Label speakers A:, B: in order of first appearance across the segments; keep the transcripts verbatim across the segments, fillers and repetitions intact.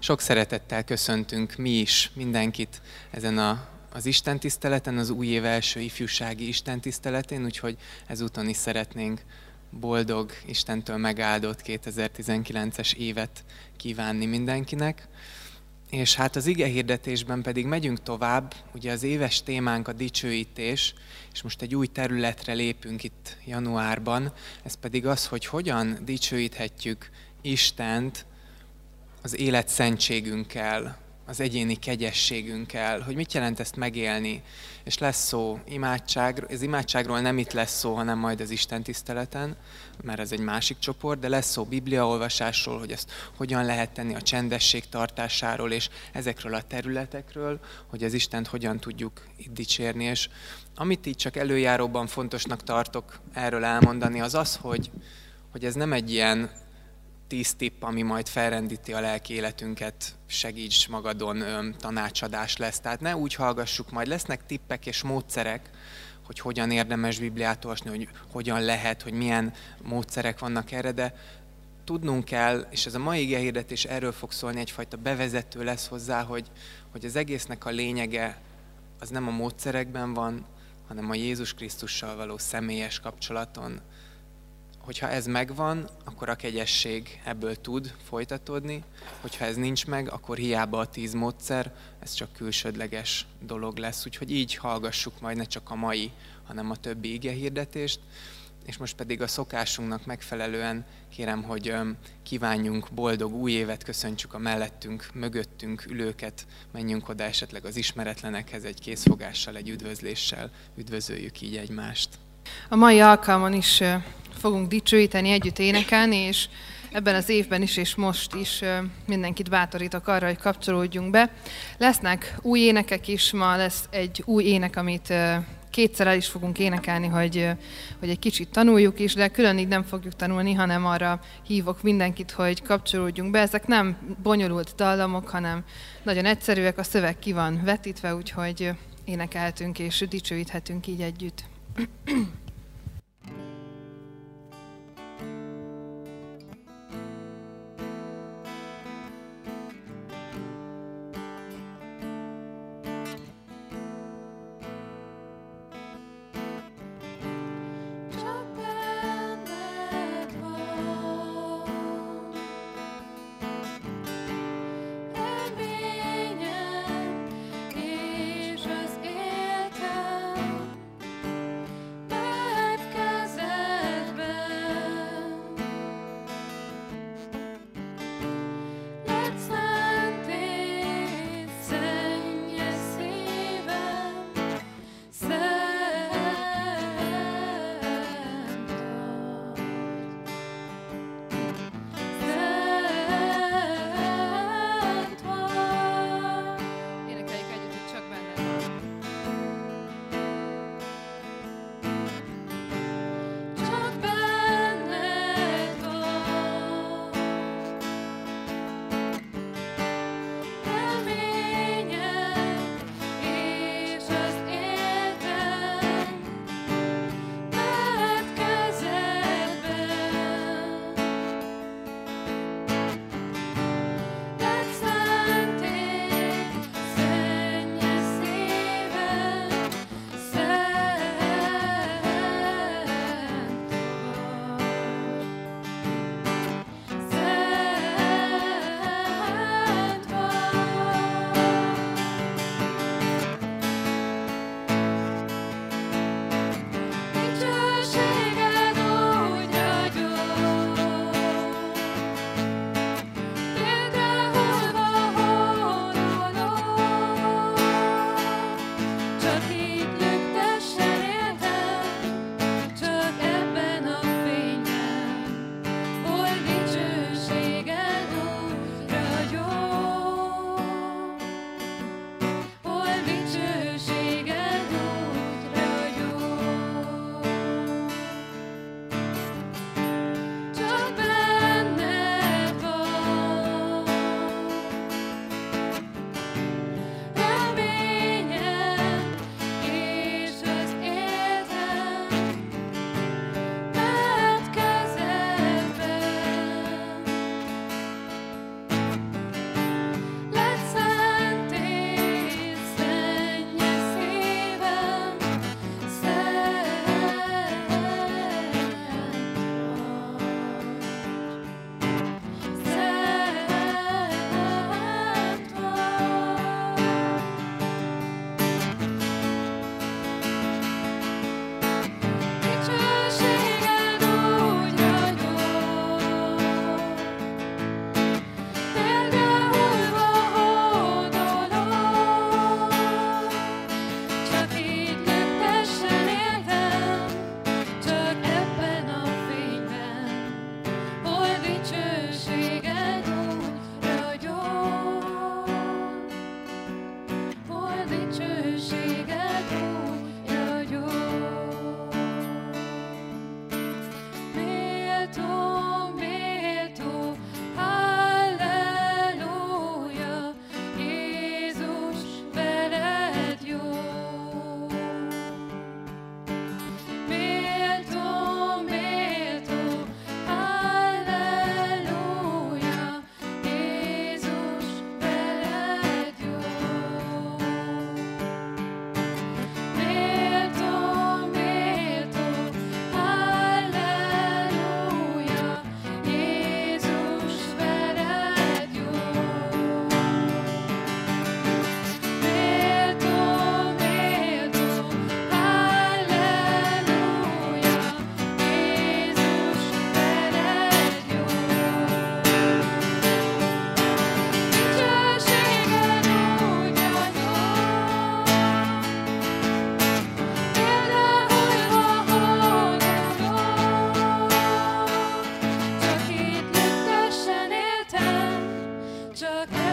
A: Sok szeretettel köszöntünk mi is mindenkit ezen a, az istentiszteleten, az új év első ifjúsági istentiszteletén, úgyhogy ezúton is szeretnénk boldog, Istentől megáldott kétezer-tizenkilences évet kívánni mindenkinek. És hát az igehirdetésben pedig megyünk tovább, ugye az éves témánk a dicsőítés, és most egy új területre lépünk itt januárban, ez pedig az, hogy hogyan dicsőíthetjük Istent az élet szentségünkkel, az egyéni kegyességünkkel, hogy mit jelent ezt megélni. És lesz szó imádság, az imádságról nem itt lesz szó, hanem majd az istentiszteleten, mert ez egy másik csoport, de lesz szó bibliaolvasásról, hogy ezt hogyan lehet tenni, a csendesség tartásáról, és ezekről a területekről, hogy az Istent hogyan tudjuk itt dicsérni. És amit így csak előjáróban fontosnak tartok erről elmondani, az az, hogy, hogy ez nem egy ilyen tíz tipp, ami majd felrendíti a lelki életünket, segíts magadon, tanácsadás lesz. Tehát ne úgy hallgassuk, majd lesznek tippek és módszerek, hogy hogyan érdemes Bibliát olvasni, hogy hogyan lehet, hogy milyen módszerek vannak erre, de tudnunk kell, és ez a mai igehirdetés erről fog szólni, egyfajta bevezető lesz hozzá, hogy, hogy az egésznek a lényege az nem a módszerekben van, hanem a Jézus Krisztussal való személyes kapcsolaton. Hogyha ez megvan, akkor a kegyesség ebből tud folytatódni, hogyha ez nincs meg, akkor hiába a tíz módszer, ez csak külsődleges dolog lesz. Úgyhogy így hallgassuk majd ne csak a mai, hanem a többi igehirdetést, és most pedig a szokásunknak megfelelően kérem, hogy kívánjunk boldog új évet, köszöntsük a mellettünk, mögöttünk ülőket, menjünk oda esetleg az ismeretlenekhez egy készfogással, egy üdvözléssel, üdvözöljük így egymást.
B: A mai alkalmon is fogunk dicsőíteni, együtt énekelni, és ebben az évben is, és most is mindenkit bátorítok arra, hogy kapcsolódjunk be. Lesznek új énekek is, ma lesz egy új ének, amit kétszer el is fogunk énekelni, hogy, hogy egy kicsit tanuljuk is, de külön így nem fogjuk tanulni, hanem arra hívok mindenkit, hogy kapcsolódjunk be. Ezek nem bonyolult dallamok, hanem nagyon egyszerűek, a szöveg ki van vetítve, úgyhogy énekelhetünk és dicsőíthetünk így együtt.
C: Bye.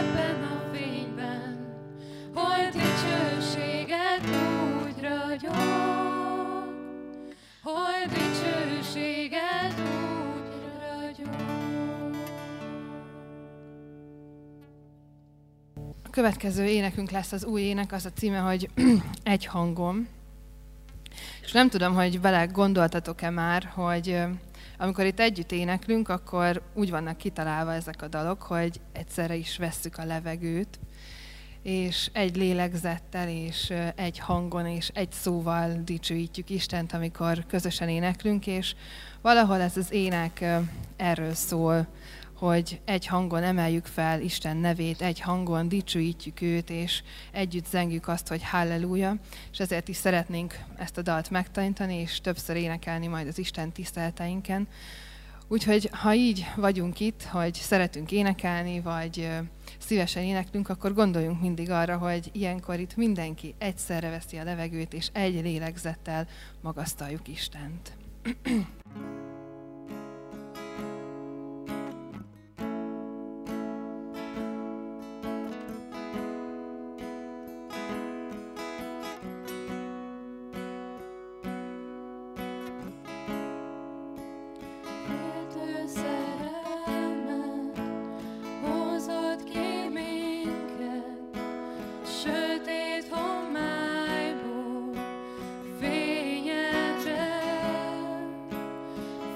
C: ebben a fényben, hogy dicsőséged úgy ragyog, hogy dicsőséged úgy ragyog.
B: A következő énekünk lesz az új ének, az a címe, hogy Egy hangom. És nem tudom, hogy bele gondoltatok-e már, hogy amikor itt együtt éneklünk, akkor úgy vannak kitalálva ezek a dalok, hogy egyszerre is vesszük a levegőt, és egy lélegzettel, és egy hangon, és egy szóval dicsőítjük Istent, amikor közösen éneklünk, és valahol ez az ének erről szól, hogy egy hangon emeljük fel Isten nevét, egy hangon dicsőítjük őt, és együtt zengjük azt, hogy halleluja, és ezért is szeretnénk ezt a dalt megtanítani, és többször énekelni majd az Isten tiszteleteinken. Úgyhogy ha így vagyunk itt, hogy szeretünk énekelni, vagy szívesen éneklünk, akkor gondoljunk mindig arra, hogy ilyenkor itt mindenki egyszerre veszi a levegőt, és egy lélegzettel magasztaljuk Istent.
C: Sötét homályból fényedre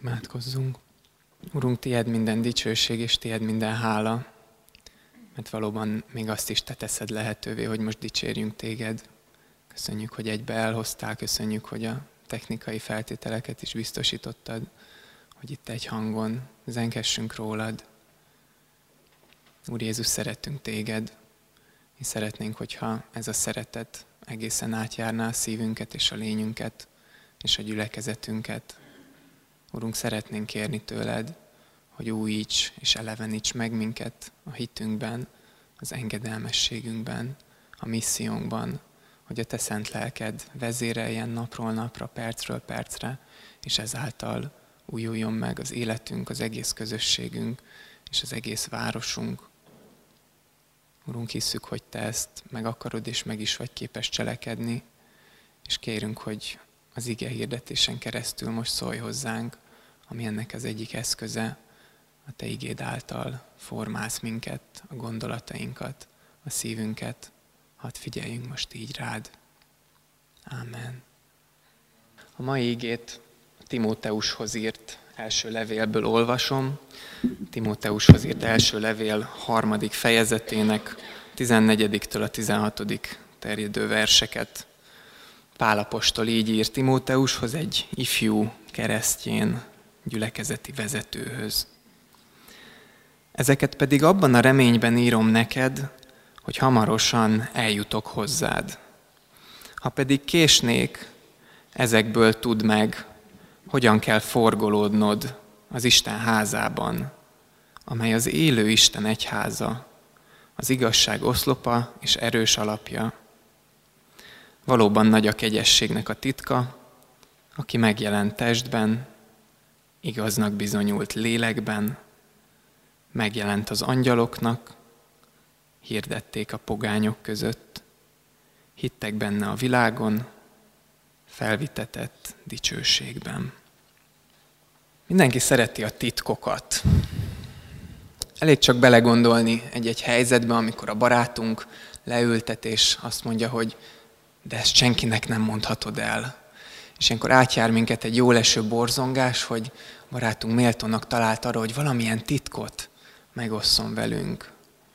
A: Imádkozzunk. Urunk, tiéd minden dicsőség, és tiéd minden hála, mert valóban még azt is te teszed lehetővé, hogy most dicsérjünk téged. Köszönjük, hogy egybe elhoztál, köszönjük, hogy a technikai feltételeket is biztosítottad, hogy itt egy hangon zengessünk rólad. Úr Jézus, szeretünk téged, és szeretnénk, hogyha ez a szeretet egészen átjárná a szívünket és a lényünket, és a gyülekezetünket. Urunk, szeretnénk kérni tőled, hogy újíts és eleveníts meg minket a hitünkben, az engedelmességünkben, a missziónkban, hogy a te szent lelked vezéreljen napról napra, percről percre, és ezáltal újuljon meg az életünk, az egész közösségünk és az egész városunk. Urunk, hisszük, hogy te ezt meg akarod és meg is vagy képes cselekedni, és kérünk, hogy az ige hirdetésen keresztül most szólj hozzánk, ami ennek az egyik eszköze, a te igéd által formálsz minket, a gondolatainkat, a szívünket. Hadd figyeljünk most így rád. Ámen. A mai igét a Timóteushoz írt első levélből olvasom. Timóteushoz írt első levél harmadik fejezetének tizennegyediktől a tizenhatodik terjedő verseket. Pál apostol így ír Timóteushoz, egy ifjú keresztyén gyülekezeti vezetőhöz. Ezeket pedig abban a reményben írom neked, hogy hamarosan eljutok hozzád. Ha pedig késnék, ezekből tudd meg, hogyan kell forgolódnod az Isten házában, amely az élő Isten egyháza, az igazság oszlopa és erős alapja. Valóban nagy a kegyességnek a titka, aki megjelent testben, igaznak bizonyult lélekben, megjelent az angyaloknak, hirdették a pogányok között, hittek benne a világon, felvitetett dicsőségben. Mindenki szereti a titkokat. Elég csak belegondolni egy-egy helyzetbe, amikor a barátunk leültet és azt mondja, hogy de ezt senkinek nem mondhatod el. És ilyenkor átjár minket egy jól eső borzongás, hogy barátunk méltónak talált arra, hogy valamilyen titkot megosszon velünk.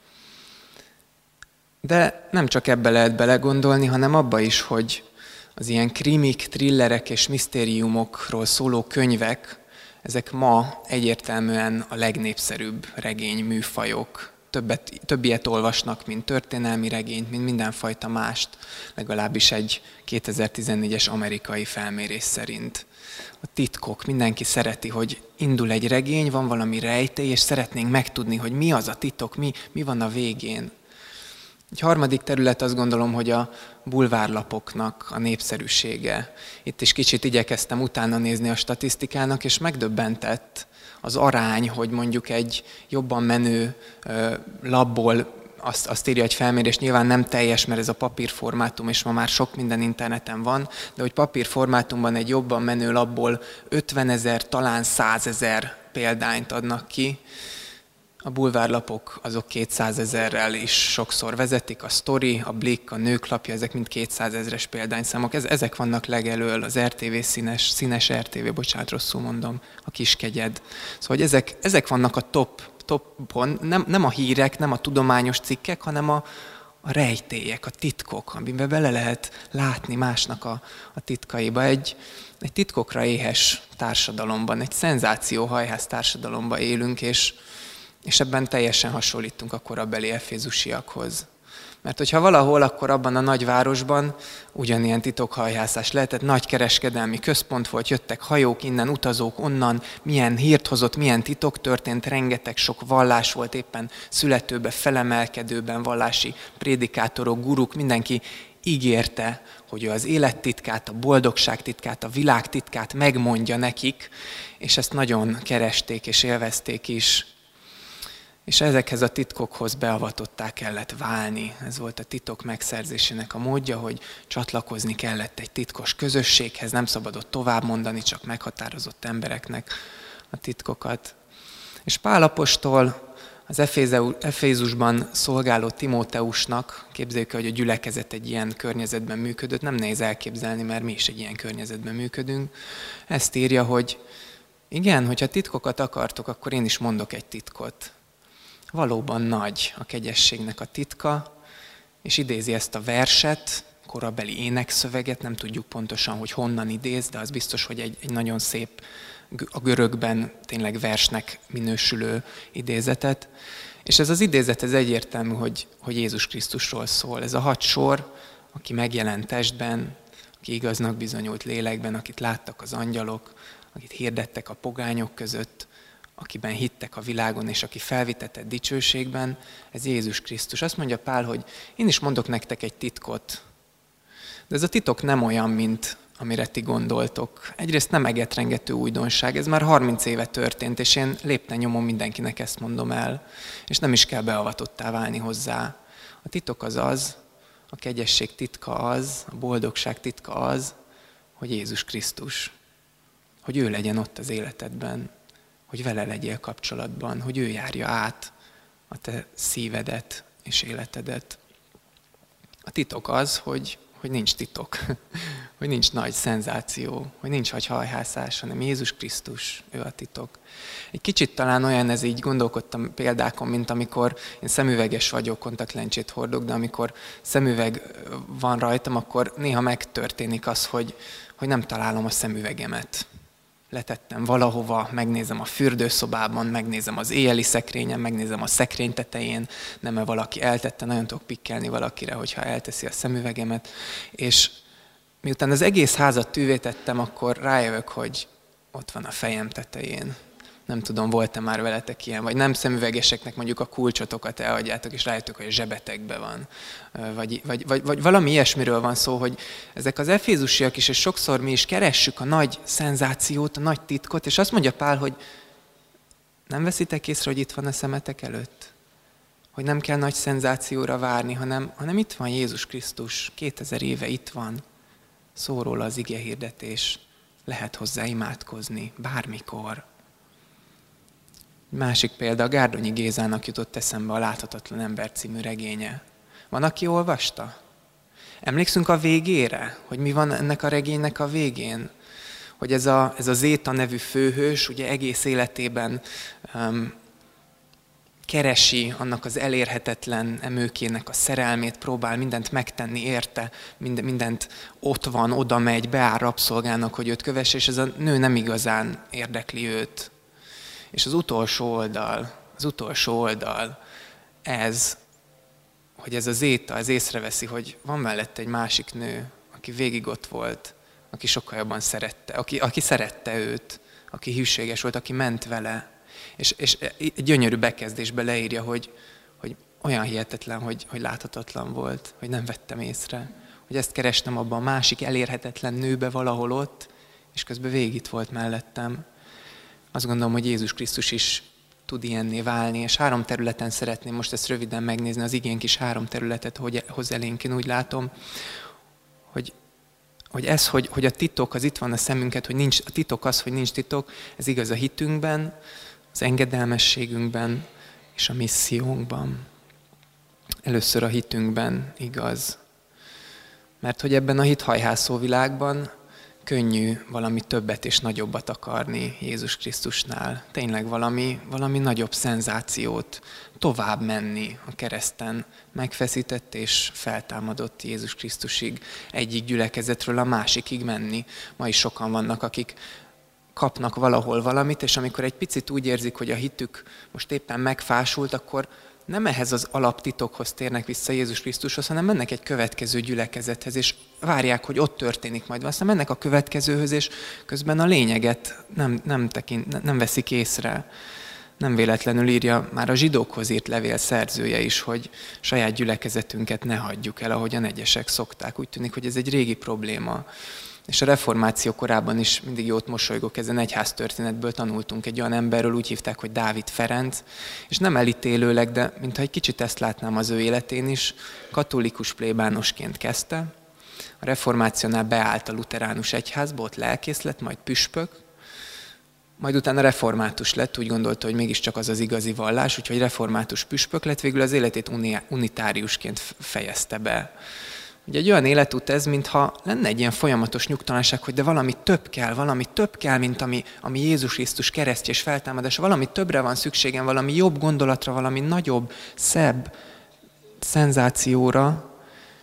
A: De nem csak ebbe lehet belegondolni, hanem abba is, hogy az ilyen krimik, thrillerek és misztériumokról szóló könyvek, ezek ma egyértelműen a legnépszerűbb regény műfajok. Többet, több ilyet olvasnak, mint történelmi regényt, mint mindenfajta mást, legalábbis egy kétezer-tizennégyes amerikai felmérés szerint. A titkok, mindenki szereti, hogy indul egy regény, van valami rejtély, és szeretnénk megtudni, hogy mi az a titok, mi, mi van a végén. Egy harmadik terület azt gondolom, hogy a bulvárlapoknak a népszerűsége. Itt is kicsit igyekeztem utána nézni a statisztikának, és megdöbbentett az arány, hogy mondjuk egy jobban menő labból, azt, azt írja egy felmérés, nyilván nem teljes, mert ez a papírformátum, és ma már sok minden interneten van, de hogy papírformátumban egy jobban menő labból ötvenezer, talán százezer példányt adnak ki. A bulvárlapok azok kétszázezerrel is sokszor vezetik, a Story, a Blick, a Nőklapja, ezek mind kétszázezres példányszámok. Ez, ezek vannak legelől, az er té vé színes, színes er té vé, bocsánat, rosszul mondom, a Kiskegyed. Szóval hogy ezek, ezek vannak a top, topon, nem, nem a hírek, nem a tudományos cikkek, hanem a, a rejtélyek, a titkok, amiben bele lehet látni másnak a, a titkaiba. Egy, egy titkokra éhes társadalomban, egy szenzációhajház társadalomban élünk, és És ebben teljesen hasonlítunk a korabeli efézusiakhoz. Mert hogyha valahol, akkor abban a nagyvárosban ugyanilyen titokhajhászás lehetett, nagy kereskedelmi központ volt, jöttek hajók innen, utazók onnan, milyen hírt hozott, milyen titok történt, rengeteg sok vallás volt éppen születőben, felemelkedőben, vallási prédikátorok, guruk, mindenki ígérte, hogy ő az élet titkát, a boldogság titkát, a világ titkát megmondja nekik, és ezt nagyon keresték és élvezték is. És ezekhez a titkokhoz beavatottá kellett válni. Ez volt a titok megszerzésének a módja, hogy csatlakozni kellett egy titkos közösséghez, nem szabadott tovább mondani, csak meghatározott embereknek a titkokat. És Pál apostol az Efézusban szolgáló Timóteusnak, képzeljük el, hogy a gyülekezet egy ilyen környezetben működött, nem nehéz elképzelni, mert mi is egy ilyen környezetben működünk. Ezt írja, hogy Igen, hogyha titkokat akartok, akkor én is mondok egy titkot. Valóban nagy a kegyességnek a titka, és idézi ezt a verset, korabeli énekszöveget, nem tudjuk pontosan, hogy honnan idéz, de az biztos, hogy egy, egy nagyon szép, a görögben tényleg versnek minősülő idézetet. És ez az idézet, ez egyértelmű, hogy, hogy Jézus Krisztusról szól. Ez a hat sor, aki megjelent testben, aki igaznak bizonyult lélekben, akit láttak az angyalok, akit hirdettek a pogányok között, akiben hittek a világon, és aki felvitetett dicsőségben, ez Jézus Krisztus. Azt mondja Pál, hogy én is mondok nektek egy titkot, de ez a titok nem olyan, mint amire ti gondoltok. Egyrészt nem egetrengető újdonság, ez már harminc éve történt, és én lépten nyomon mindenkinek ezt mondom el, és nem is kell beavatottá válni hozzá. A titok az az, a kegyesség titka az, a boldogság titka az, hogy Jézus Krisztus, hogy ő legyen ott az életedben, hogy vele legyél kapcsolatban, hogy ő járja át a te szívedet és életedet. A titok az, hogy, hogy nincs titok, hogy nincs nagy szenzáció, hogy nincs hagyhajhászás, hanem Jézus Krisztus, ő a titok. Egy kicsit talán olyan, ez így gondolkodtam példákon, mint amikor én szemüveges vagyok, kontaktlencsét hordok, de amikor szemüveg van rajtam, akkor néha megtörténik az, hogy, hogy nem találom a szemüvegemet. Letettem valahova, megnézem a fürdőszobában, megnézem az éjjeli szekrényen, megnézem a szekrény tetején, nem-e valaki eltette, nagyon tudok pikkelni valakire, hogyha elteszi a szemüvegemet. És miután az egész házat tűvé tettem, akkor rájövök, hogy ott van a fejem tetején. Nem tudom, volt-e már veletek ilyen, vagy nem szemüvegeseknek mondjuk a kulcsotokat elhagyjátok, és rájöttök, hogy a zsebetekben van. Vagy, vagy, vagy, vagy valami ilyesmiről van szó, hogy ezek az efézusiak is, és sokszor mi is keressük a nagy szenzációt, a nagy titkot, és azt mondja Pál, hogy nem veszitek észre, hogy itt van a szemetek előtt? Hogy nem kell nagy szenzációra várni, hanem, hanem itt van Jézus Krisztus, kétezer éve itt van. Szól róla az igehirdetés, lehet hozzá imádkozni, bármikor. Másik példa, a Gárdonyi Gézának jutott eszembe a Láthatatlan ember című regénye. Van, aki olvasta? Emlékszünk a végére? Hogy mi van ennek a regénynek a végén? Hogy ez a, ez a Zéta nevű főhős ugye egész életében um, keresi annak az elérhetetlen emőkének a szerelmét, próbál mindent megtenni érte, mind, mindent ott van, oda megy, beáll rabszolgának, hogy őt kövesse, és ez a nő nem igazán érdekli őt. És az utolsó oldal, az utolsó oldal, ez, hogy ez a Zéta, ez észreveszi, hogy van mellette egy másik nő, aki végig ott volt, aki sokkal jobban szerette, aki, aki szerette őt, aki hűséges volt, aki ment vele. És, és egy gyönyörű bekezdésbe leírja, hogy, hogy olyan hihetetlen, hogy, hogy láthatatlan volt, hogy nem vettem észre. Hogy ezt kerestem abban a másik elérhetetlen nőbe valahol ott, és közben végig itt volt mellettem. Azt gondolom, hogy Jézus Krisztus is tud ilyenné válni, és három területen szeretném most ezt röviden megnézni, az igénk is három területet hogy hoz elénk, én úgy látom, hogy, hogy ez, hogy, hogy a titok, az itt van a szemünket, hogy nincs, a titok az, hogy nincs titok, ez igaz a hitünkben, az engedelmességünkben és a missziónkban. Először a hitünkben igaz. Mert hogy ebben a hithajhászó világban könnyű valami többet és nagyobbat akarni Jézus Krisztusnál. Tényleg valami, valami nagyobb szenzációt, tovább menni a kereszten, megfeszített és feltámadott Jézus Krisztusig, egyik gyülekezetről a másikig menni. Ma is sokan vannak, akik kapnak valahol valamit, és amikor egy picit úgy érzik, hogy a hitük most éppen megfásult, akkor nem ehhez az alaptitokhoz térnek vissza Jézus Krisztushoz, hanem mennek egy következő gyülekezethez, és várják, hogy ott történik majd. Aztán mennek a következőhöz, és közben a lényeget nem, nem, tekint, nem veszik észre. Nem véletlenül írja már a zsidókhoz írt levél szerzője is, hogy saját gyülekezetünket ne hagyjuk el, ahogyan egyesek szokták. Úgy tűnik, hogy ez egy régi probléma. És a reformáció korában is mindig jót mosolygok, ezen egyháztörténetből tanultunk egy olyan emberről, úgy hívták, hogy Dávid Ferenc, és nem elítélőleg, de mintha egy kicsit ezt látnám az ő életén is, katolikus plébánosként kezdte, a reformációnál beállt a luteránus egyházba, ott lelkész lett, majd püspök, majd utána református lett, úgy gondolta, hogy mégiscsak az az igazi vallás, úgyhogy református püspök lett, végül az életét unitáriusként fejezte be. Ugye egy olyan életút ez, mintha lenne egy ilyen folyamatos nyugtalanság, hogy de valami több kell, valami több kell, mint ami, ami Jézus Krisztus keresztje és feltámadása. Valami többre van szükségem, valami jobb gondolatra, valami nagyobb, szebb szenzációra,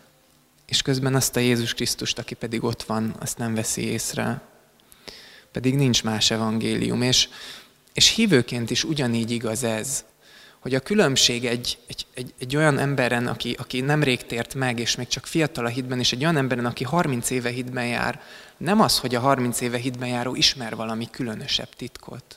A: és közben azt a Jézus Krisztust, aki pedig ott van, azt nem veszi észre. Pedig nincs más evangélium. És, és hívőként is ugyanígy igaz ez, hogy a különbség egy, egy, egy, egy olyan emberen, aki, aki nemrég tért meg, és még csak fiatal a hitben, és egy olyan emberen, aki harminc éve hitben jár, nem az, hogy a harminc éve hitben járó ismer valami különösebb titkot.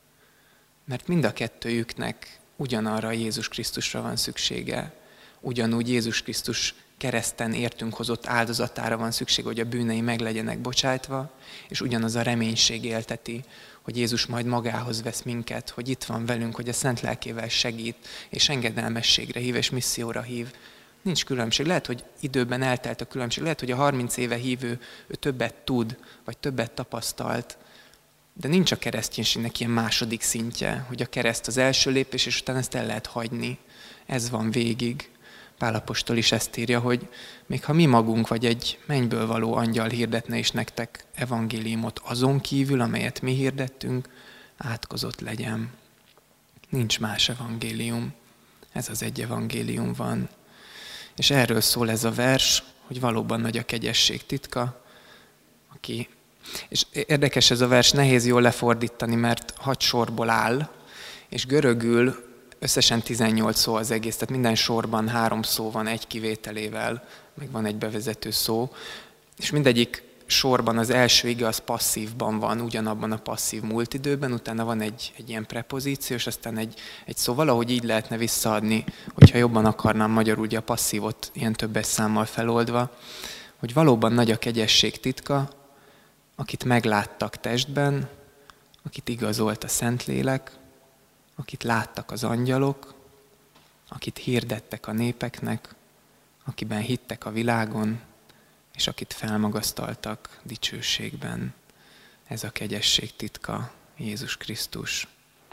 A: Mert mind a kettőjüknek ugyanarra a Jézus Krisztusra van szüksége. Ugyanúgy Jézus Krisztus kereszten értünk hozott áldozatára van szükség, hogy a bűnei meg legyenek bocsájtva, és ugyanaz a reménység élteti, hogy Jézus majd magához vesz minket, hogy itt van velünk, hogy a Szent Lelkével segít, és engedelmességre hív, és misszióra hív. Nincs különbség. Lehet, hogy időben eltelt a különbség. Lehet, hogy a harminc éve hívő ő többet tud, vagy többet tapasztalt, de nincs a kereszténységnek ilyen második szintje, hogy a kereszt az első lépés, és utána ezt el lehet hagyni. Ez van végig. Pál apostol is ezt írja, hogy még ha mi magunk vagy egy mennyből való angyal hirdetne is nektek evangéliumot azon kívül, amelyet mi hirdettünk, átkozott legyen. Nincs más evangélium. Ez az egy evangélium van. És erről szól ez a vers, hogy valóban nagy a kegyesség titka, aki... És érdekes ez a vers, nehéz jól lefordítani, mert hat sorból áll, és görögül összesen tizennyolc szó az egész, tehát minden sorban három szó van egy kivételével, meg van egy bevezető szó, és mindegyik sorban az első ige az passzívban van, ugyanabban a passzív múlt időben, utána van egy, egy ilyen prepozíció, és aztán egy, egy szó, valahogy így lehetne visszaadni, hogyha jobban akarnám magyarul, ugye a passzívot ilyen többes számmal feloldva, hogy valóban nagy a kegyesség titka, akit megláttak testben, akit igazolt a Szentlélek, akit láttak az angyalok, akit hirdettek a népeknek, akiben hittek a világon, és akit felmagasztaltak dicsőségben. Ez a kegyesség titka, Jézus Krisztus.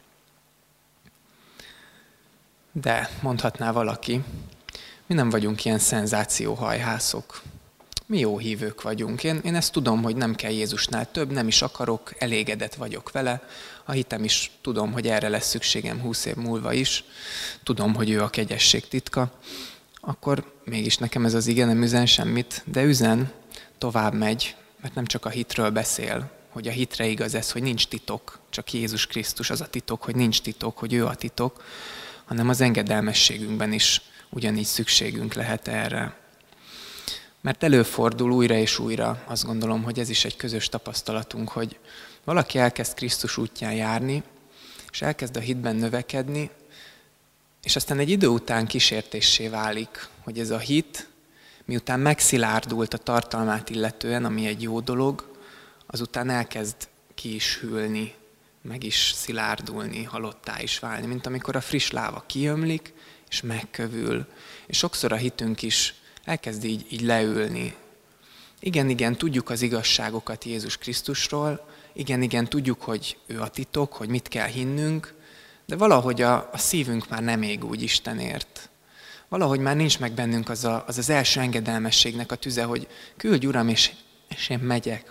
A: De mondhatná valaki, mi nem vagyunk ilyen szenzációhajhászok. Mi jó hívők vagyunk. Én, én ezt tudom, hogy nem kell Jézusnál több, nem is akarok, elégedett vagyok vele. A hitem is tudom, hogy erre lesz szükségem húsz év múlva is. Tudom, hogy ő a kegyesség titka. Akkor mégis nekem ez az ige nem üzen semmit, de üzen, tovább megy, mert nem csak a hitről beszél, hogy a hitre igaz ez, hogy nincs titok, csak Jézus Krisztus az a titok, hogy nincs titok, hogy ő a titok, hanem az engedelmességünkben is ugyanígy szükségünk lehet erre. Mert előfordul újra és újra, azt gondolom, hogy ez is egy közös tapasztalatunk, hogy valaki elkezd Krisztus útján járni, és elkezd a hitben növekedni, és aztán egy idő után kísértéssé válik, hogy ez a hit, miután megszilárdult a tartalmát illetően, ami egy jó dolog, azután elkezd ki is hűlni, meg is szilárdulni, halottá is válni, mint amikor a friss láva kiömlik, és megkövül. És sokszor a hitünk is elkezd így, így leülni. Igen, igen, tudjuk az igazságokat Jézus Krisztusról, igen, igen, tudjuk, hogy ő a titok, hogy mit kell hinnünk, de valahogy a, a szívünk már nem ég úgy Istenért. Valahogy már nincs meg bennünk az a, az, az első engedelmességnek a tüze, hogy küldj, Uram, és, és én megyek.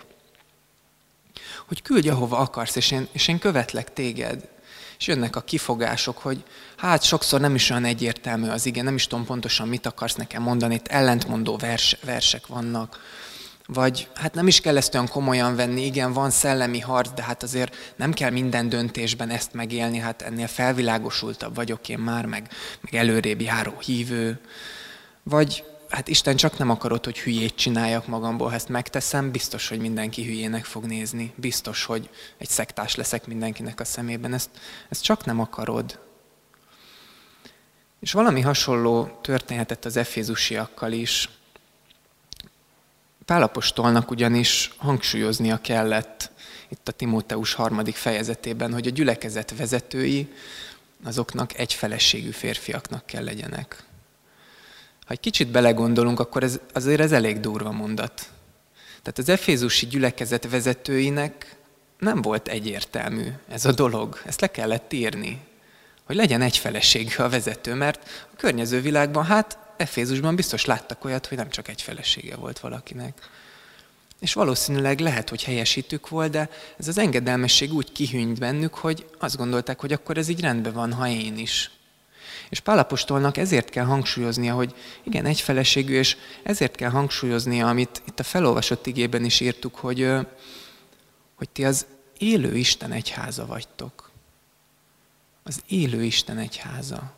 A: Hogy küldj, ahova akarsz, és én, és én követlek téged. És jönnek a kifogások, hogy hát sokszor nem is olyan egyértelmű az ige, nem is tudom pontosan, mit akarsz nekem mondani, itt ellentmondó vers, versek vannak. Vagy hát nem is kell ezt olyan komolyan venni, igen, van szellemi harc, de hát azért nem kell minden döntésben ezt megélni, hát ennél felvilágosultabb vagyok én már, meg, meg előrébb járó hívő. Vagy hát Isten csak nem akarod, hogy hülyét csináljak magamból, ha ezt megteszem, biztos, hogy mindenki hülyének fog nézni. Biztos, hogy egy szektás leszek mindenkinek a szemében. Ezt, ezt csak nem akarod. És valami hasonló történhetett az efézusiakkal is. Pál apostolnak ugyanis hangsúlyoznia kellett itt a Timóteus harmadik fejezetében, hogy a gyülekezet vezetői azoknak egyfeleségű férfiaknak kell legyenek. Ha egy kicsit belegondolunk, akkor ez, azért ez elég durva mondat. Tehát az efézusi gyülekezet vezetőinek nem volt egyértelmű ez a dolog. Ezt le kellett írni, hogy legyen egyfeleségű a vezető, mert a környező világban hát Efézusban biztos láttak olyat, hogy nem csak egy felesége volt valakinek. És valószínűleg lehet, hogy helyesítük volt, de ez az engedelmesség úgy kihűnyt bennük, hogy azt gondolták, hogy akkor ez így rendben van, ha én is. És Pál apostolnak ezért kell hangsúlyoznia, hogy igen, egy feleségű, és ezért kell hangsúlyoznia, amit itt a felolvasott igében is írtuk, hogy, hogy ti az élő Isten egyháza vagytok. Az élő Isten egyháza.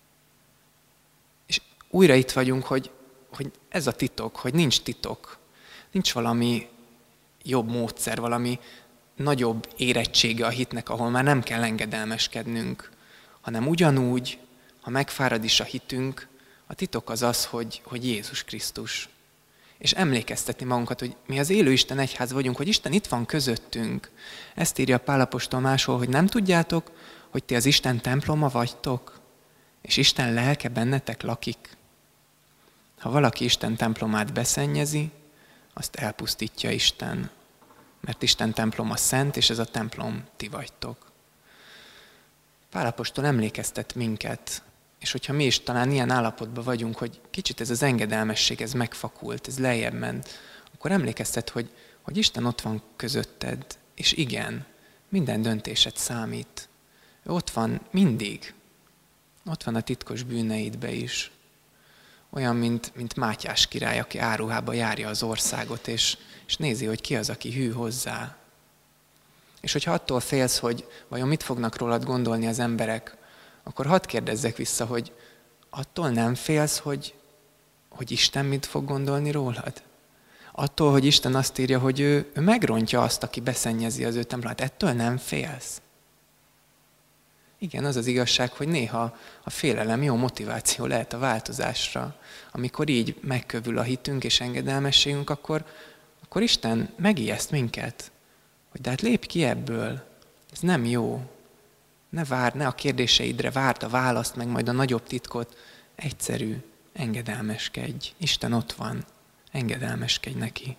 A: És újra itt vagyunk, hogy, hogy ez a titok, hogy nincs titok. Nincs valami jobb módszer, valami nagyobb érettsége a hitnek, ahol már nem kell engedelmeskednünk, hanem ugyanúgy, ha megfárad is a hitünk, a titok az az, hogy, hogy Jézus Krisztus. És emlékeztetni magunkat, hogy mi az élő Isten egyház vagyunk, hogy Isten itt van közöttünk. Ezt írja Pál apostol máshol, hogy nem tudjátok, hogy ti az Isten temploma vagytok, és Isten lelke bennetek lakik. Ha valaki Isten templomát beszennyezi, azt elpusztítja Isten, mert Isten temploma szent, és ez a templom ti vagytok. Pál apostol emlékeztet minket, és hogyha mi is talán ilyen állapotban vagyunk, hogy kicsit ez az engedelmesség, ez megfakult, ez lejjebb ment, akkor emlékeztet, hogy, hogy Isten ott van közötted, és igen, minden döntésed számít. Ő ott van mindig. Ott van a titkos bűneidbe is. Olyan, mint, mint Mátyás király, aki áruhába járja az országot, és, és nézi, hogy ki az, aki hű hozzá. És hogyha attól félsz, hogy vajon mit fognak rólad gondolni az emberek, akkor hadd kérdezzek vissza, hogy attól nem félsz, hogy, hogy Isten mit fog gondolni rólad? Attól, hogy Isten azt írja, hogy ő, ő megrontja azt, aki beszennyezi az ő templomát, ettől nem félsz? Igen, az az igazság, hogy néha a félelem jó motiváció lehet a változásra. Amikor így megkövül a hitünk és engedelmességünk, akkor, akkor Isten megijeszt minket, hogy de hát lépj ki ebből, ez nem jó. Ne várd, ne a kérdéseidre várd a választ, meg majd a nagyobb titkot. Egyszerű, engedelmeskedj. Isten ott van, engedelmeskedj neki.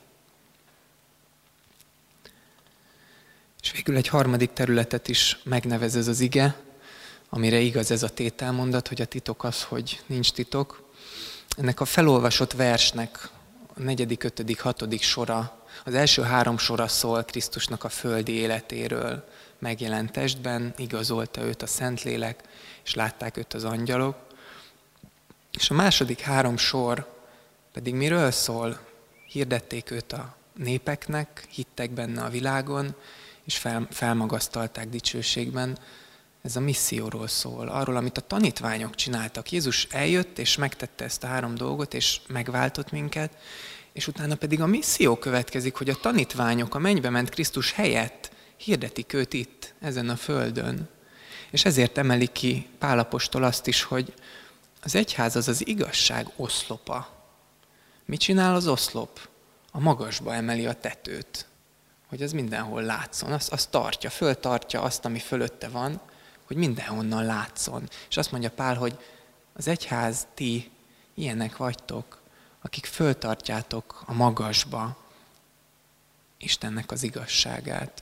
A: És végül egy harmadik területet is megnevez ez az ige, amire igaz ez a tételmondat, hogy a titok az, hogy nincs titok. Ennek a felolvasott versnek a negyedik, ötödik, hatodik sora, az első három sora szól Krisztusnak a földi életéről. Megjelent testben, igazolta őt a Szentlélek, és látták őt az angyalok. És a második három sor pedig miről szól? Hirdették őt a népeknek, hittek benne a világon, és fel, felmagasztalták dicsőségben. Ez a misszióról szól, arról, amit a tanítványok csináltak. Jézus eljött, és megtette ezt a három dolgot, és megváltott minket, és utána pedig a misszió következik, hogy a tanítványok a mennybe ment Krisztus helyett hirdetik őt itt, ezen a földön. És ezért emeli ki Pál apostol azt is, hogy az egyház az az igazság oszlopa. Mit csinál az oszlop? A magasba emeli a tetőt, hogy az mindenhol látszon. Azt, azt tartja, föltartja azt, ami fölötte van, hogy mindenhonnan látszon. És azt mondja Pál, hogy az egyház, ti ilyenek vagytok, akik föltartjátok a magasba Istennek az igazságát.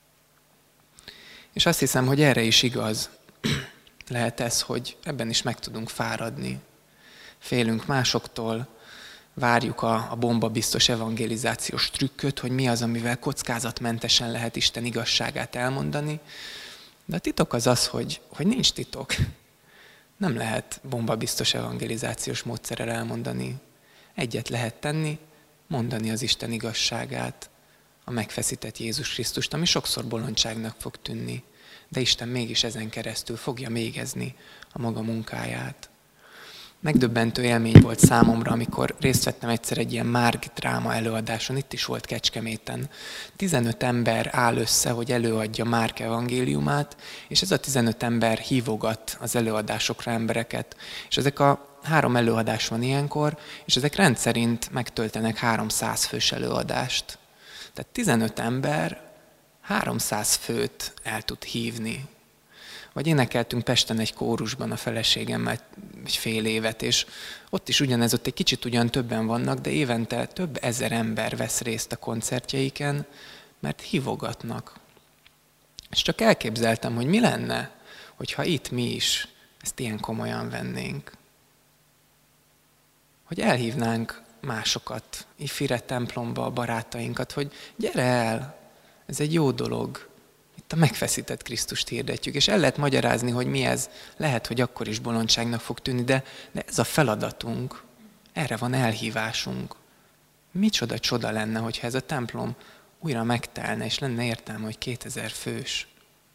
A: És azt hiszem, hogy erre is igaz lehet ez, hogy ebben is meg tudunk fáradni. Félünk másoktól, várjuk a, a bombabiztos evangelizációs trükköt, hogy mi az, amivel kockázatmentesen lehet Isten igazságát elmondani. De a titok az az, hogy, hogy nincs titok. Nem lehet bombabiztos evangelizációs módszerrel elmondani. Egyet lehet tenni, mondani az Isten igazságát, a megfeszített Jézus Krisztust, ami sokszor bolondságnak fog tűnni, de Isten mégis ezen keresztül fogja végezni a maga munkáját. Megdöbbentő élmény volt számomra, amikor részt vettem egyszer egy ilyen Márk dráma előadáson, itt is volt Kecskeméten. tizenöt ember áll össze, hogy előadja Márk evangéliumát, és ez a tizenöt ember hívogat az előadásokra embereket. És ezek a három előadás van ilyenkor, és ezek rendszerint megtöltenek háromszáz fős előadást. Tehát tizenöt ember háromszáz főt el tud hívni. Vagy énekeltünk Pesten egy kórusban a feleségemmel egy fél évet, és ott is ugyanez, ott egy kicsit ugyan többen vannak, de évente több ezer ember vesz részt a koncertjeiken, mert hívogatnak. És csak elképzeltem, hogy mi lenne, hogyha itt mi is ezt ilyen komolyan vennénk. hogy elhívnánk másokat, ifire, templomba, a barátainkat, hogy gyere el, ez egy jó dolog. Itt a megfeszített Krisztust hirdetjük, és el lehet magyarázni, hogy mi ez. Lehet, hogy akkor is bolondságnak fog tűnni, de, de ez a feladatunk, erre van elhívásunk. Micsoda csoda lenne, hogyha ez a templom újra megtelne, és lenne értelme, hogy kétezer fős.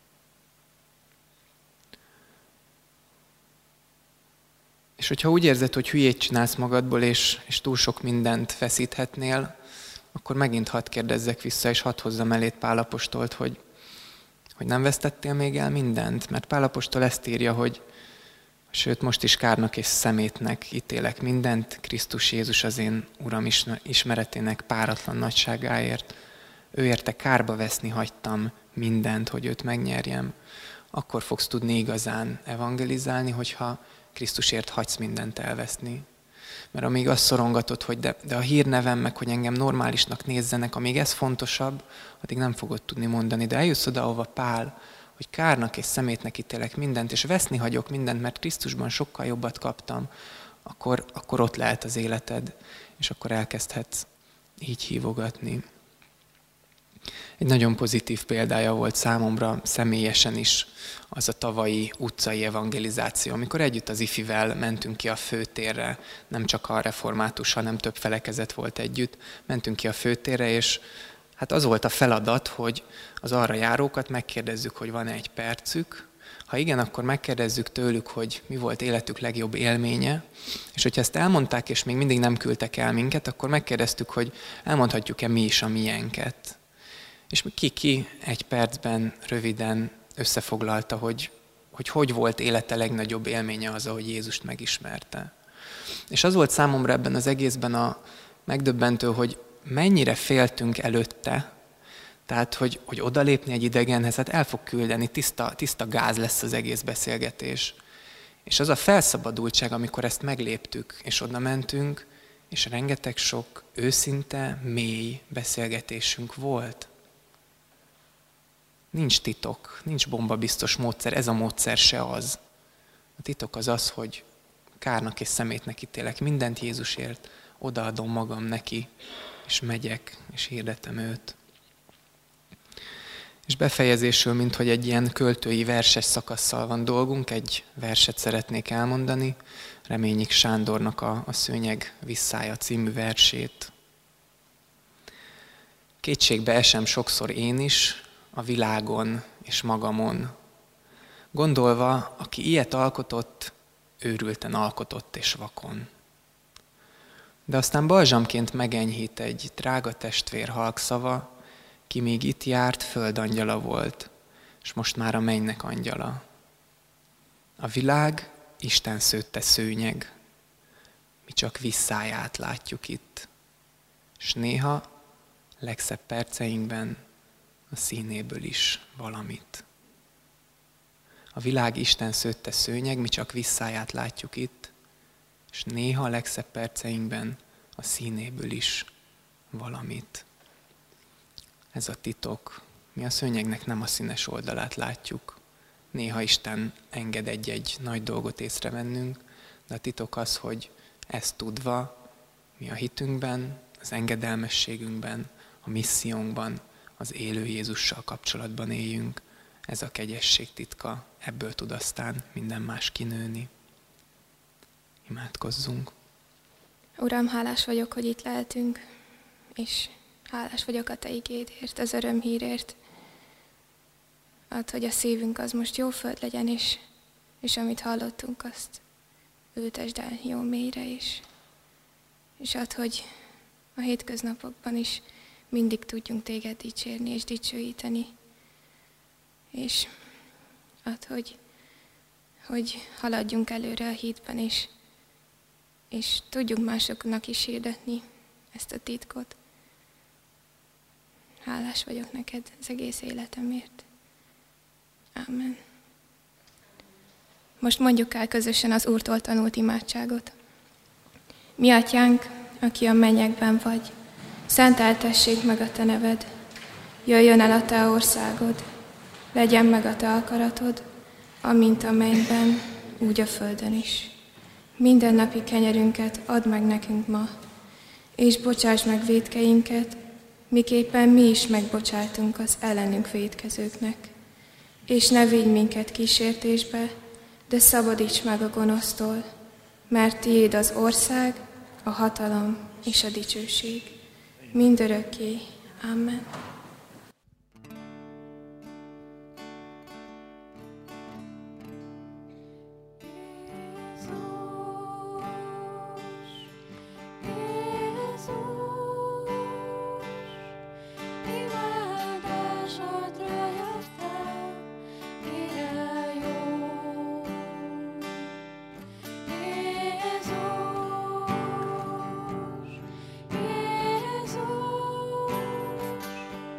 A: És hogyha úgy érzed, hogy hülyét csinálsz magadból, és, és túl sok mindent feszíthetnél, akkor megint hadd kérdezzek vissza, és hadd hozzam elét Pál apostolt, hogy, hogy nem vesztettél még el mindent. Mert Pál apostol ezt írja, hogy sőt, most is kárnak és szemétnek ítélek mindent, Krisztus Jézus az én Uram ismeretének páratlan nagyságáért. Ő érte kárba veszni hagytam mindent, hogy őt megnyerjem. Akkor fogsz tudni igazán evangelizálni, hogyha Krisztusért hagysz mindent elveszni. Mert amíg azt szorongatod, hogy de, de a hírnevem meg, hogy engem normálisnak nézzenek, amíg ez fontosabb, addig nem fogod tudni mondani. De eljössz oda, ahova Pál, hogy kárnak és szemétnek ítélek mindent, és veszni hagyok mindent, mert Krisztusban sokkal jobbat kaptam, akkor, akkor ott lehet az életed, és akkor elkezdhetsz így hívogatni. Egy nagyon pozitív példája volt számomra személyesen is az a tavalyi utcai evangelizáció, amikor együtt az ifivel mentünk ki a főtérre, nem csak a református, hanem több felekezet volt együtt, mentünk ki a főtérre, és hát az volt a feladat, hogy az arra járókat megkérdezzük, hogy van-e egy percük. Ha igen, akkor megkérdezzük tőlük, hogy mi volt életük legjobb élménye, és hogyha ezt elmondták, és még mindig nem küldtek el minket, akkor megkérdeztük, hogy elmondhatjuk-e mi is a miénket. És ki-ki egy percben röviden összefoglalta, hogy, hogy hogy volt élete legnagyobb élménye az, ahogy Jézust megismerte. És az volt számomra ebben az egészben a megdöbbentő, hogy mennyire féltünk előtte, tehát, hogy, hogy odalépni egy idegenhez, hát el fog küldeni, tiszta, tiszta gáz lesz az egész beszélgetés. És az a felszabadultság, amikor ezt megléptük, és oda mentünk, és rengeteg sok őszinte, mély beszélgetésünk volt. Nincs titok, nincs bombabiztos módszer, ez a módszer se az. A titok az az, hogy kárnak és szemétnek ítélek mindent Jézusért, odaadom magam neki, és megyek, és hirdetem őt. És befejezésül, mint hogy egy ilyen költői verses szakasszal van dolgunk, egy verset szeretnék elmondani, Reményik Sándornak a, a Szőnyeg visszája című versét. Kétségbe esem sokszor én is, a világon és magamon. Gondolva, aki ilyet alkotott, őrülten alkotott és vakon. De aztán balzsamként megenyhít egy drága testvér halkszava, ki még itt járt, földangyala volt, és most már a mennynek angyala. A világ Isten szőtte szőnyeg, mi csak visszáját látjuk itt, és néha legszebb perceinkben a színéből is valamit. A világ Isten szőtte szőnyeg, mi csak visszáját látjuk itt, és néha a legszebb perceinkben a színéből is valamit. Ez a titok. Mi a szőnyegnek nem a színes oldalát látjuk. Néha Isten enged egy-egy nagy dolgot észrevennünk, de a titok az, hogy ezt tudva, mi a hitünkben, az engedelmességünkben, a missziónkban, az élő Jézussal kapcsolatban éljünk. Ez a kegyesség titka, ebből tud aztán minden más kinőni. Imádkozzunk.
D: Uram, hálás vagyok, hogy itt lehetünk, és hálás vagyok a Te igédért, az örömhírért. Add, hogy a szívünk az most jó föld legyen, és, és amit hallottunk, azt ültesd el jó mélyre is. És add, hogy a hétköznapokban is mindig tudjunk Téged dicsérni és dicsőíteni. És add, hogy, hogy haladjunk előre a hitben, és, és tudjunk másoknak is hirdetni ezt a titkot. Hálás vagyok neked az egész életemért. Amen. Most mondjuk el közösen az Úrtól tanult imádságot. Mi atyánk, aki a mennyekben vagy, szenteltessék meg a Te neved. Jöjjön el a Te országod, legyen meg a Te akaratod, amint a mennyben, úgy a földön is. Mindennapi kenyerünket add meg nekünk ma, és bocsáss meg vétkeinket, miképpen mi is megbocsátunk az ellenünk vétkezőknek. És ne vigy minket kísértésbe, de szabadíts meg a gonosztól, mert tiéd az ország, a hatalom és a dicsőség. Mindörökké. Amen.
C: Jézus,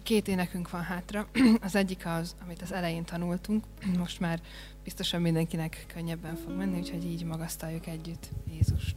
B: Két énekünk van hátra. Az egyik az, amit az elején tanultunk. Most már biztosan mindenkinek könnyebben fog menni, úgyhogy így magasztaljuk együtt Jézust.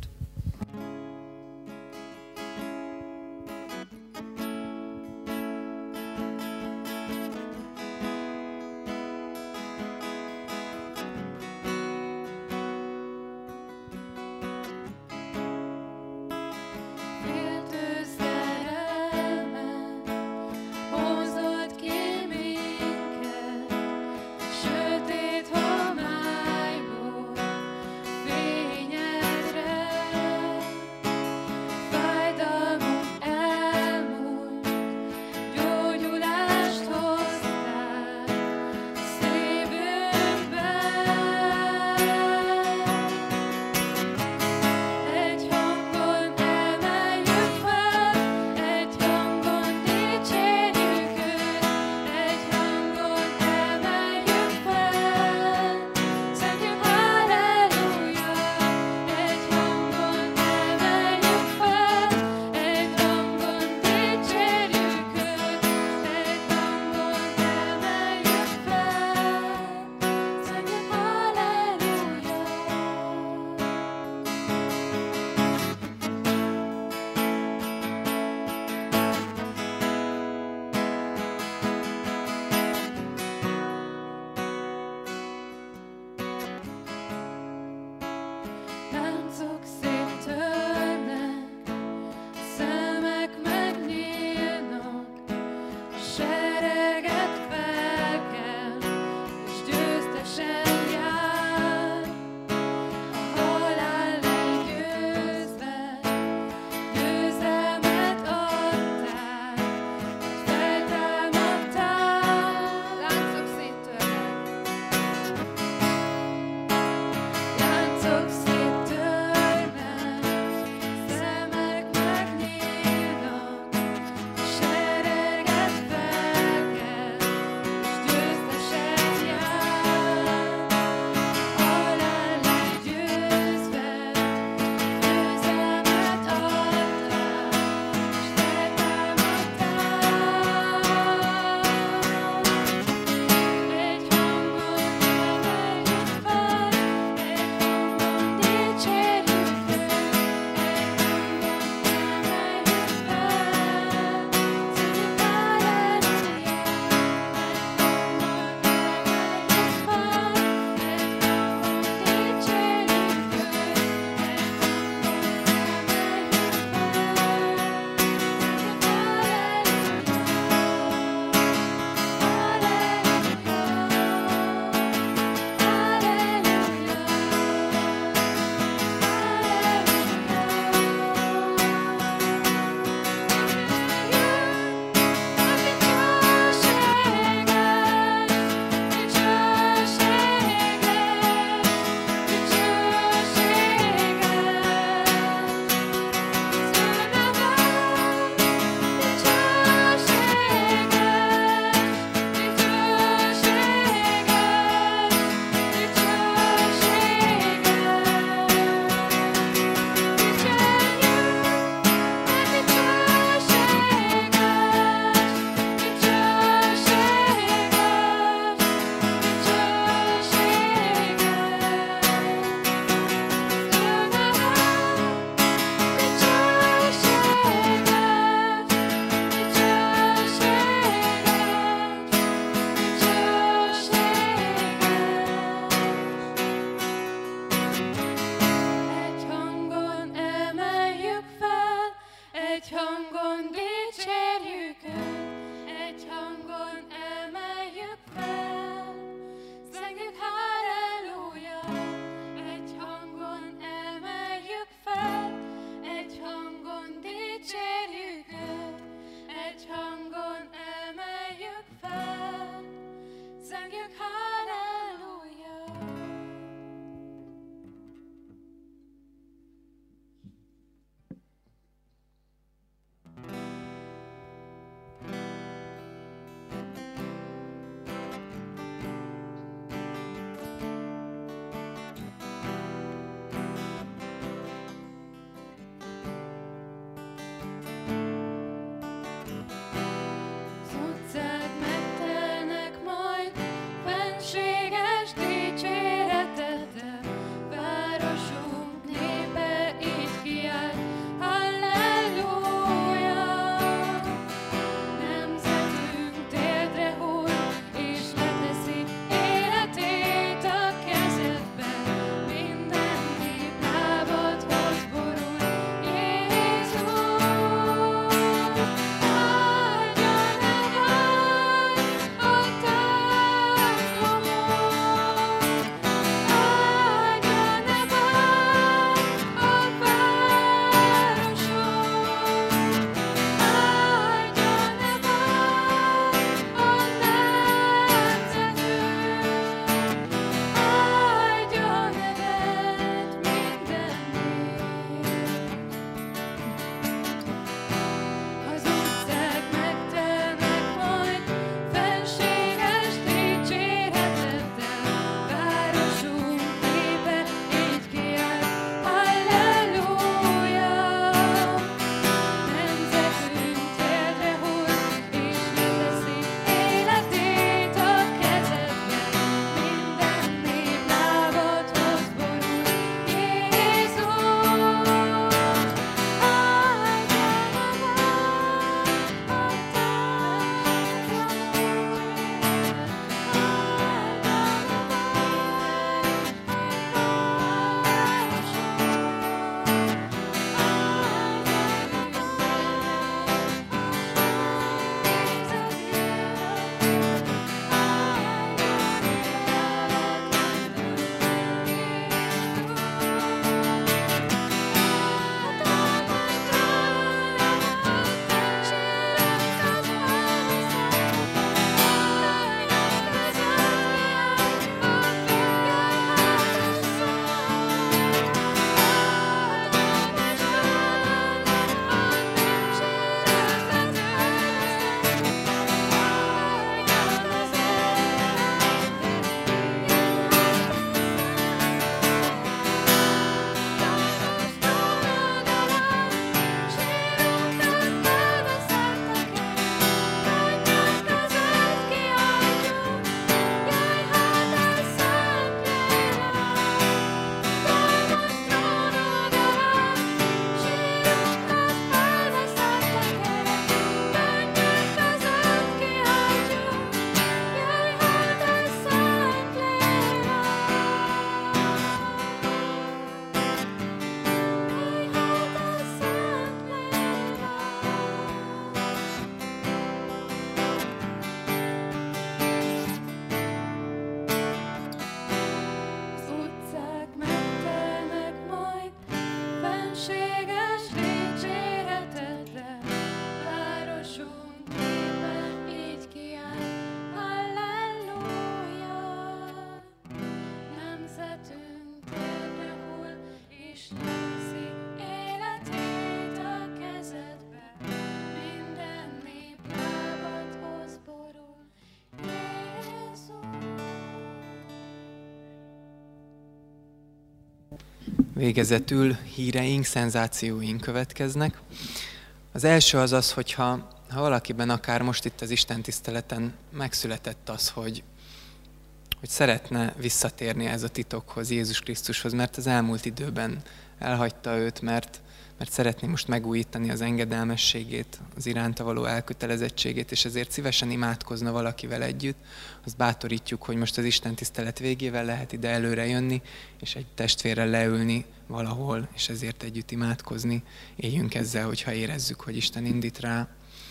A: Végezetül híreink, szenzációink következnek. Az első az az, hogyha ha valakiben akár most itt az Isten tiszteleten megszületett az, hogy, hogy szeretne visszatérni ez a titokhoz, Jézus Krisztushoz, mert az elmúlt időben elhagyta őt, mert, mert szeretné most megújítani az engedelmességét, az iránta való elkötelezettségét, és ezért szívesen imádkozna valakivel együtt, azt bátorítjuk, hogy most az Isten tisztelet végével lehet ide előre jönni, és egy testvérrel leülni valahol, és ezért együtt imádkozni. Éljünk ezzel, hogyha érezzük, hogy Isten indít rá.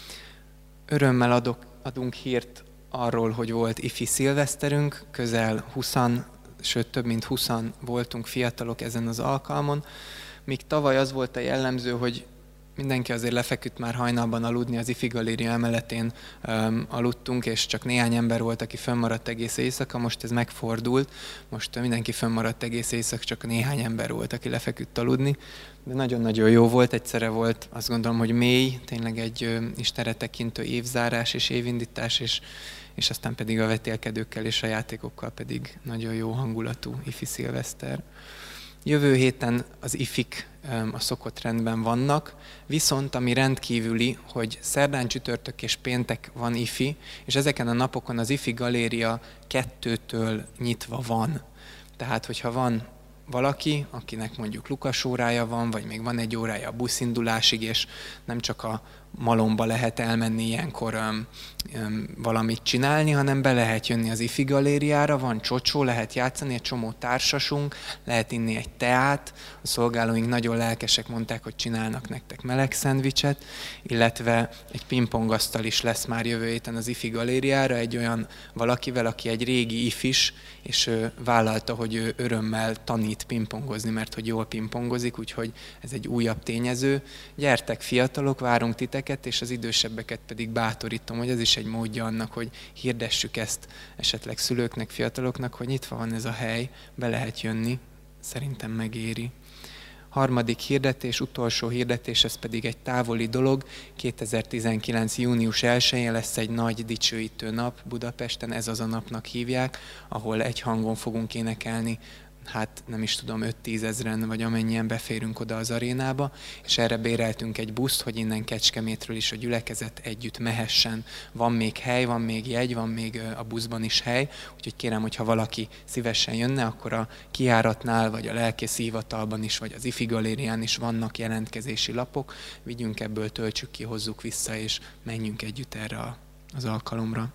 A: Örömmel adok, adunk hírt arról, hogy volt ifi szilveszterünk, közel húszan, sőt több mint húszan voltunk fiatalok ezen az alkalmon. Míg tavaly az volt a jellemző, hogy mindenki azért lefeküdt már hajnalban aludni, az ifi galéria emeletén um, aludtunk, és csak néhány ember volt, aki fönnmaradt egész éjszaka, most ez megfordult, most mindenki fönnmaradt egész éjszaka, csak néhány ember volt, aki lefeküdt aludni, de nagyon-nagyon jó volt, egyszerre volt, azt gondolom, hogy mély, tényleg egy uh, Istenre tekintő évzárás és évindítás, és, és aztán pedig a vetélkedőkkel és a játékokkal pedig nagyon jó hangulatú ifi szilveszter. Jövő héten az ifik a szokott rendben vannak, viszont ami rendkívüli, hogy szerdán, csütörtök és péntek van ifi, és ezeken a napokon az ifi galéria kettőtől nyitva van. Tehát, hogyha van valaki, akinek mondjuk Lukas órája van, vagy még van egy órája a buszindulásig, és nem csak a malomba lehet elmenni ilyenkor um, um, valamit csinálni, hanem be lehet jönni az ifi galériára, van csocsó, lehet játszani, egy csomó társasunk, lehet inni egy teát, a szolgálóink nagyon lelkesek, mondták, hogy csinálnak nektek meleg szendvicset, illetve egy pingpongasztal is lesz már jövő héten az ifi galériára, egy olyan valakivel, aki egy régi ifis, és ő vállalta, hogy ő örömmel tanít pingpongozni, mert hogy jól pingpongozik, úgyhogy ez egy újabb tényező. Gyertek fiatalok, várunk titeket, és az idősebbeket pedig bátorítom, hogy ez is egy módja annak, hogy hirdessük ezt esetleg szülőknek, fiataloknak, hogy nyitva van ez a hely, be lehet jönni, szerintem megéri. Harmadik hirdetés, utolsó hirdetés, ez pedig egy távoli dolog. kétezer-tizenkilenc. június elsején lesz egy nagy dicsőítő nap Budapesten, ez az a napnak hívják, ahol egy hangon fogunk énekelni, hát nem is tudom, öt-tízezren, vagy amennyien beférünk oda az arénába, és erre béreltünk egy buszt, hogy innen Kecskemétről is a gyülekezet együtt mehessen. Van még hely, van még jegy, van még a buszban is hely, úgyhogy kérem, hogyha valaki szívesen jönne, akkor a kijáratnál, vagy a lelkészi hivatalban is, vagy az ifi galérián is vannak jelentkezési lapok, vigyünk ebből, töltsük ki, hozzuk vissza, és menjünk együtt erre az alkalomra.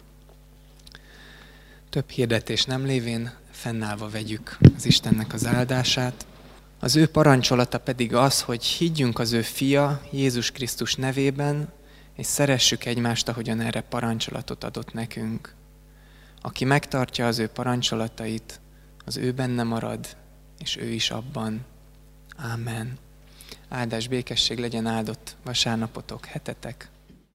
A: Több hirdetés nem lévén, fennállva vegyük az Istennek az áldását. Az ő parancsolata pedig az, hogy higgyünk az ő fia Jézus Krisztus nevében, és szeressük egymást, ahogyan erre parancsolatot adott nekünk. Aki megtartja az ő parancsolatait, az ő benne marad, és ő is abban. Ámen. Áldás, békesség legyen, áldott vasárnapotok, hetetek.